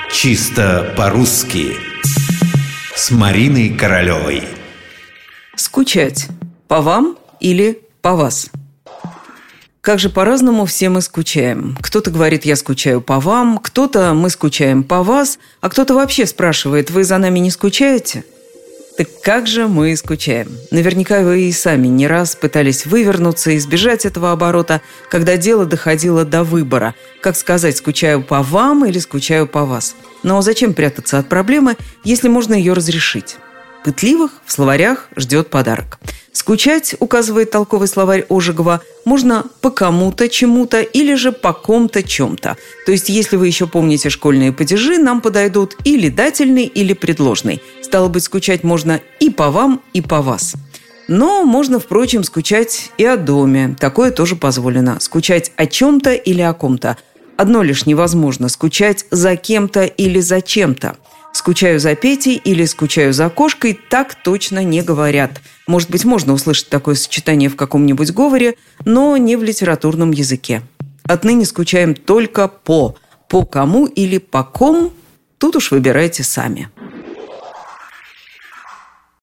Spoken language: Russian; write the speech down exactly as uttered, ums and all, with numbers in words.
Чисто по-русски с Мариной Королевой. Скучать. По вам или по вас? Как же по-разному все мы скучаем. Кто-то говорит: я скучаю по вам, кто-то: мы скучаем по вас, а кто-то вообще спрашивает: вы за нами не скучаете? Так как же мы скучаем? Наверняка вы и сами не раз пытались вывернуться, избежать этого оборота, когда дело доходило до выбора. Как сказать: скучаю по вам или скучаю по вас? Но зачем прятаться от проблемы, если можно ее разрешить? Пытливых в словарях ждет подарок. Скучать, указывает толковый словарь Ожегова, можно по кому-то, чему-то или же по ком-то, чем-то. То есть, если вы еще помните школьные падежи, нам подойдут или дательный, или предложный. Стало быть, скучать можно и по вам, и по вас. Но можно, впрочем, скучать и о доме. Такое тоже позволено. Скучать о чем-то или о ком-то. Одно лишь невозможно – скучать за кем-то или за чем-то. «Скучаю за Петей» или «скучаю за кошкой» так точно не говорят. Может быть, можно услышать такое сочетание в каком-нибудь говоре, но не в литературном языке. Отныне скучаем только по. По кому или по ком – тут уж выбирайте сами.